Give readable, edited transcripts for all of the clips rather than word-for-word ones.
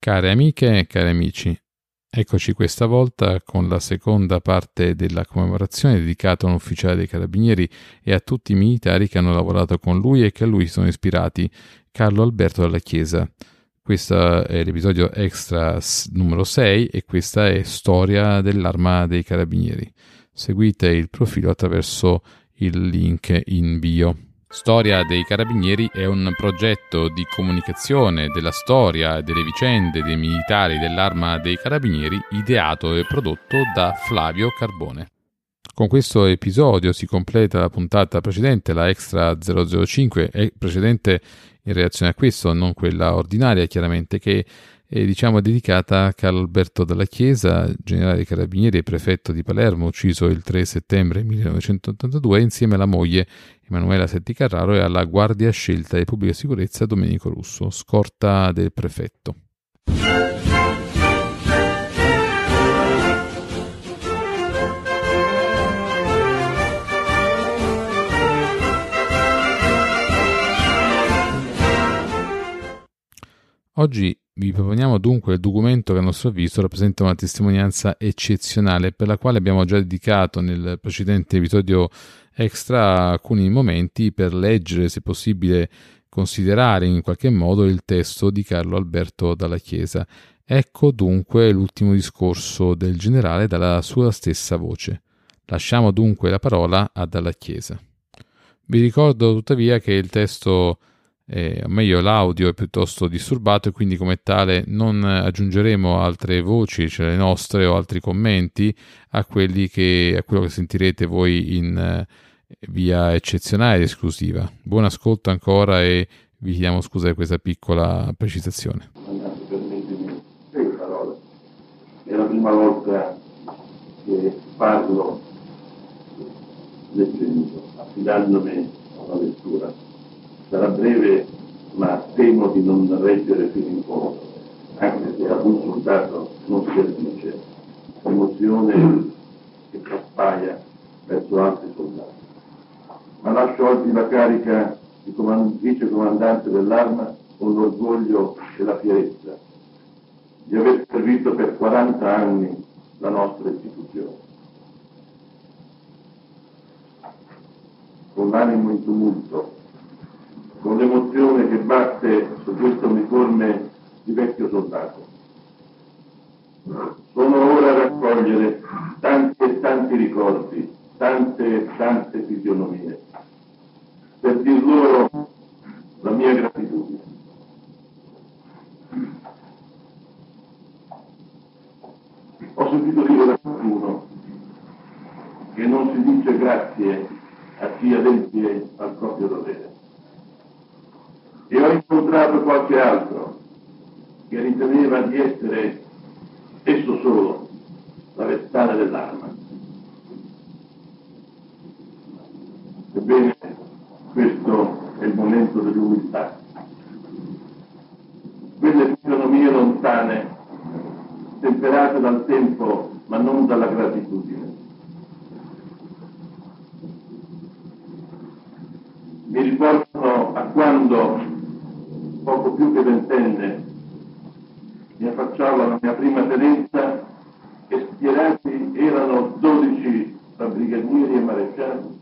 Care amiche e cari amici, eccoci questa volta con la seconda parte della commemorazione dedicata a un ufficiale dei Carabinieri e a tutti i militari che hanno lavorato con lui e che a lui sono ispirati, Carlo Alberto Dalla Chiesa. Questo è l'episodio extra numero 6 e questa è Storia dell'Arma dei Carabinieri. Seguite il profilo attraverso il link in bio. Storia dei Carabinieri è un progetto di comunicazione della storia e delle vicende dei militari dell'Arma dei Carabinieri ideato e prodotto da Flavio Carbone. Con questo episodio si completa la puntata precedente, la Extra 005, è precedente in relazione a questo, non quella ordinaria chiaramente, che è dedicata a Carlo Alberto Dalla Chiesa, generale dei Carabinieri e prefetto di Palermo, ucciso il 3 settembre 1982 insieme alla moglie Emanuela Setti Carraro e alla guardia scelta di pubblica sicurezza Domenico Russo, scorta del prefetto. Oggi vi proponiamo dunque il documento che a nostro avviso rappresenta una testimonianza eccezionale per la quale abbiamo già dedicato nel precedente episodio extra alcuni momenti per leggere, se possibile considerare in qualche modo il testo di Carlo Alberto Dalla Chiesa. Ecco dunque l'ultimo discorso del generale dalla sua stessa voce. Lasciamo dunque la parola a Dalla Chiesa. Vi ricordo tuttavia che il testo o meglio l'audio è piuttosto disturbato e quindi come tale non aggiungeremo altre voci, cioè le nostre o altri commenti a quello che sentirete voi in via eccezionale ed esclusiva. Buon ascolto ancora e vi chiediamo scusa per questa piccola precisazione. Permettetemi 6 parole. È la prima volta che parlo leggendo, affidandomi a una lettura. Sarà breve, ma temo di non reggere fino in fondo, anche se ad un soldato non si addice emozione che traspaia verso altri soldati. Ma lascio oggi la carica di vice comandante dell'Arma con l'orgoglio e la fierezza di aver servito per 40 anni la nostra istituzione. Con l'animo in tumulto, con l'emozione che batte su questo uniforme di vecchio soldato. Sono ora a raccogliere tanti e tanti ricordi, tante e tante fisionomie, per dir loro la mia gratitudine. Ho sentito dire da qualcuno che non si dice grazie a chi adempie al proprio dovere. E ho incontrato qualche altro che riteneva di essere esso solo la vestale dell'Arma. Ebbene, questo è il momento dell'umiltà. Quelle fisionomie lontane, temperate dal tempo ma non dalla gratitudine. Mi riportano a quando, poco più che ventenne, mi affacciavo alla mia prima tenenza e schierati erano 12 tra brigadieri e marescialli,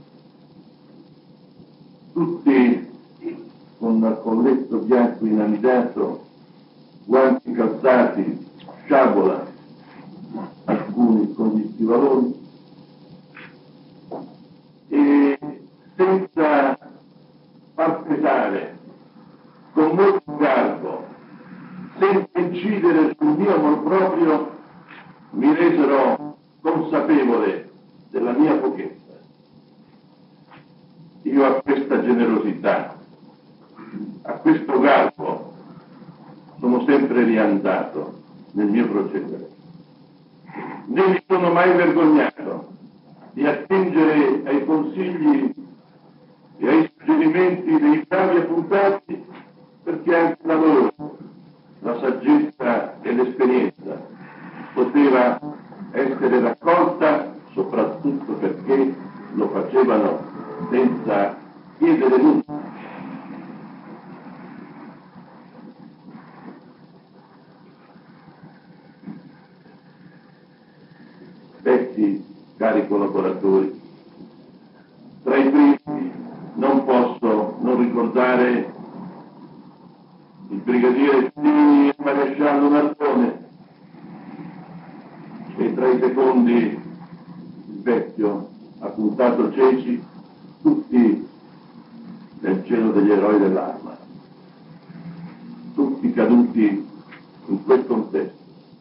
tutti con il colletto bianco inamidato, guanti calzati, sciabola, alcuni con gli stivaloni, e senza far pesare, con molto garbo, senza incidere sul mio amor proprio, mi resero consapevole della mia pochezza. Io a questa generosità, a questo garbo, sono sempre riandato nel mio procedere. Ne mi sono mai vergognato di attingere ai consigli e ai suggerimenti dei bravi appuntati, perché anche da loro la saggezza e l'esperienza poteva essere raccolta, soprattutto perché lo facevano senza chiedere nulla. 10 cari collaboratori. Tra i primi non posso non ricordare il brigadiere Tini e il maresciallo Nardone, e tra i secondi il vecchio appuntato Ceci, tutti nel cielo degli eroi dell'arma, tutti caduti in quel contesto.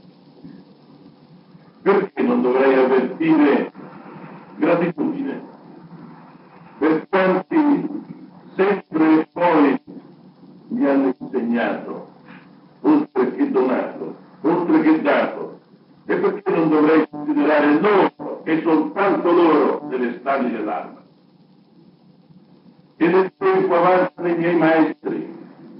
Perché non dovrei avvertire gratitudine per quanti sempre e poi mi hanno insegnato, oltre che donato, oltre che dato? E perché non dovrei considerare loro e soltanto loro delle stali dell'arma? E nel tempo avanti dei miei maestri,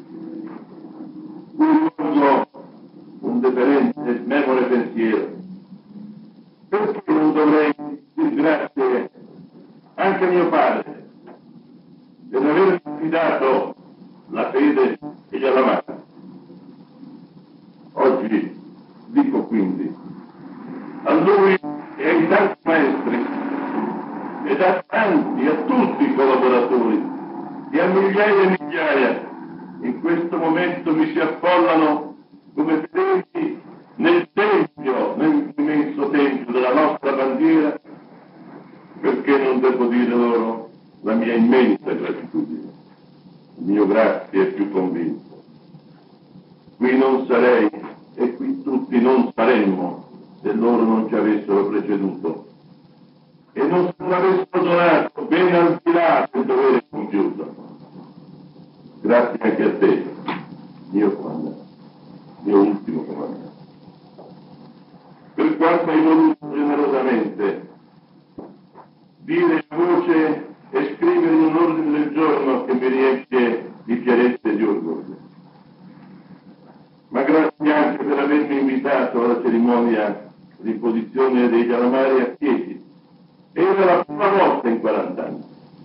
cui rivolgo un deferente e memore pensiero. Perché non dovrei dir grazie anche a mio padre per avermi affidato la fede e gli alamati? Oggi dico quindi a lui e ai tanti maestri ed a tanti, a tutti i collaboratori che a migliaia e migliaia in questo momento mi si affollano come fedeli nel tempio, nell'immenso tempio della nostra bandiera, perché non devo dire loro la mia immensa gratitudine, il mio grazie più convinto. Qui non sarei e qui tutti non saremmo se loro non ci avessero preceduto e non se l'avessero donato ben al di là del dovere compiuto. Grazie anche a te, mio comandante, mio ultimo comandante, per quanto hai voluto generosamente dire a voce e scrivere in un ordine del giorno che mi riempie di chiarezza e di orgoglio. Ma grazie anche per avermi invitato alla cerimonia di imposizione dei calamari a Chieti. Era la prima volta in 40 anni.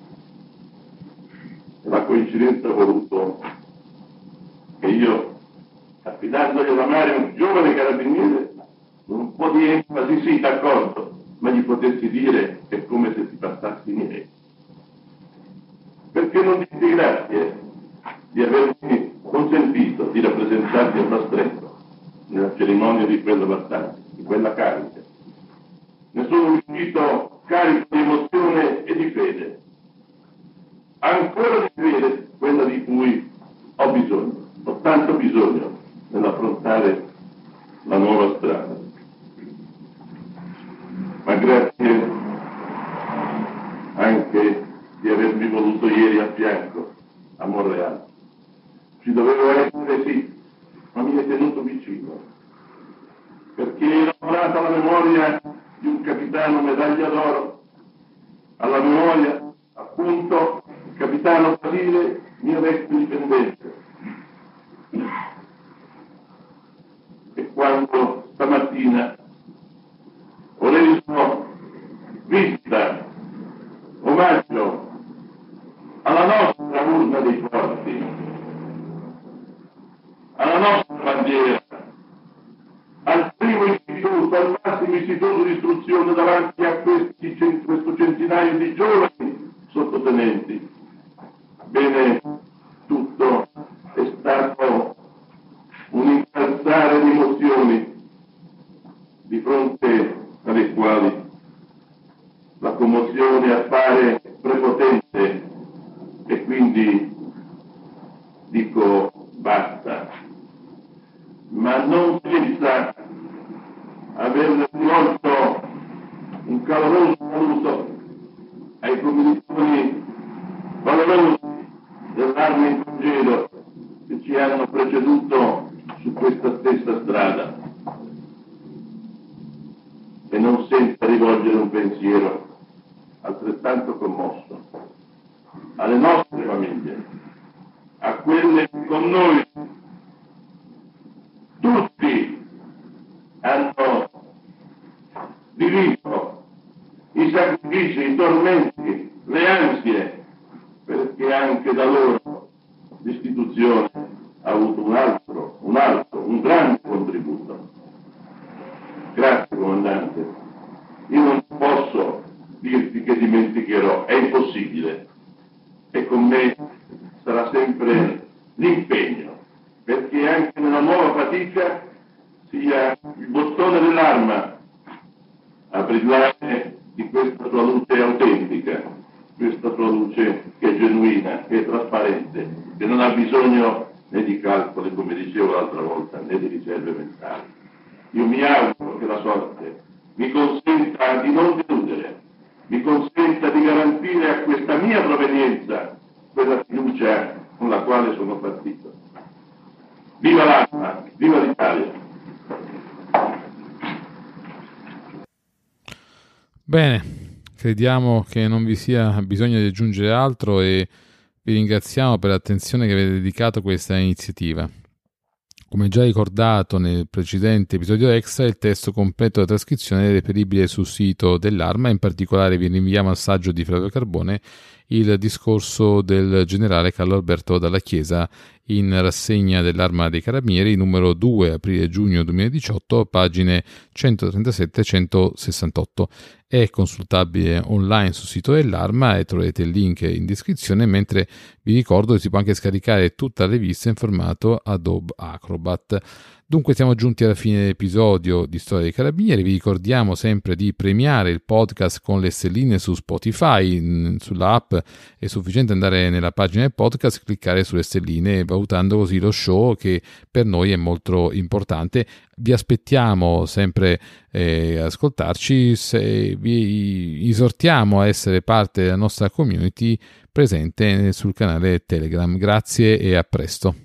E la coincidenza ha voluto che io, affidando agli calamari a un giovane carabiniere, con un po' di enfasi, sì, d'accordo, ma gli potessi dire che è come se ti passassi i miei. Perché non dirti grazie di avermi consentito di rappresentarti al Mastretto nella cerimonia di quella battaglia, di quella carica. Ne sono uscito carico di emozione e di fede. Ancora di fede, quella di cui ho bisogno, ho tanto bisogno nell'affrontare la nuova strada. Ma grazie anche di avermi voluto ieri a fianco a Monreale. Ci dovevo essere, sì, ma mi è tenuto vicino, perché era onorata la memoria di un capitano medaglia d'oro, alla memoria, appunto, il capitano Basile, mio vecchio dipendente. E quando stamattina ho reso visita, omaggio alla nostra urna dei forti, alla nostra bandiera, al primo istituto, al massimo istituto di istruzione davanti a questo centinaio di giovani sottotenenti. Bene, tutto è stato un incalzare di emozioni di fronte alle quali la commozione appare prepotente e quindi dico basta, ma non senza aver rivolto un caloroso saluto ai commilitoni valorosi dell'arma in congedo che ci hanno preceduto su questa stessa strada, e non senza rivolgere un pensiero altrettanto commosso alle nostre famiglie, a quelle che con noi tutti hanno diviso i sacrifici, i tormenti, le ansie, perché anche da loro l'istituzione ha avuto un grande contributo. Grazie comandante. Io non possibile. E con me sarà sempre l'impegno, perché anche nella nuova fatica sia il bottone dell'arma a brillare di questa sua luce autentica, questa sua luce che è genuina, che è trasparente, che non ha bisogno né di calcoli, come dicevo l'altra volta, né di riserve mentali. Io mi auguro che la sorte mi consenta di non deludere, mi consenta di garantire a questa mia provenienza quella fiducia con la quale sono partito. Viva l'Arma, viva l'Italia! Bene, crediamo che non vi sia bisogno di aggiungere altro e vi ringraziamo per l'attenzione che avete dedicato a questa iniziativa. Come già ricordato nel precedente episodio extra, il testo completo della trascrizione è reperibile sul sito dell'Arma. In particolare vi rinviamo al saggio di Flavio Carbone, il discorso del generale Carlo Alberto Dalla Chiesa, in rassegna dell'Arma dei Carabinieri, numero 2 aprile-giugno 2018, pagine 137-168. È consultabile online sul sito dell'Arma e troverete il link in descrizione, mentre vi ricordo che si può anche scaricare tutta la rivista in formato Adobe Acrobat. Dunque siamo giunti alla fine dell'episodio di Storia dei Carabinieri. Vi ricordiamo sempre di premiare il podcast con le stelline su Spotify. Sulla app è sufficiente andare nella pagina del podcast, cliccare sulle stelline, valutando così lo show, che per noi è molto importante. Vi aspettiamo sempre ascoltarci, se vi esortiamo a essere parte della nostra community presente sul canale Telegram. Grazie e a presto.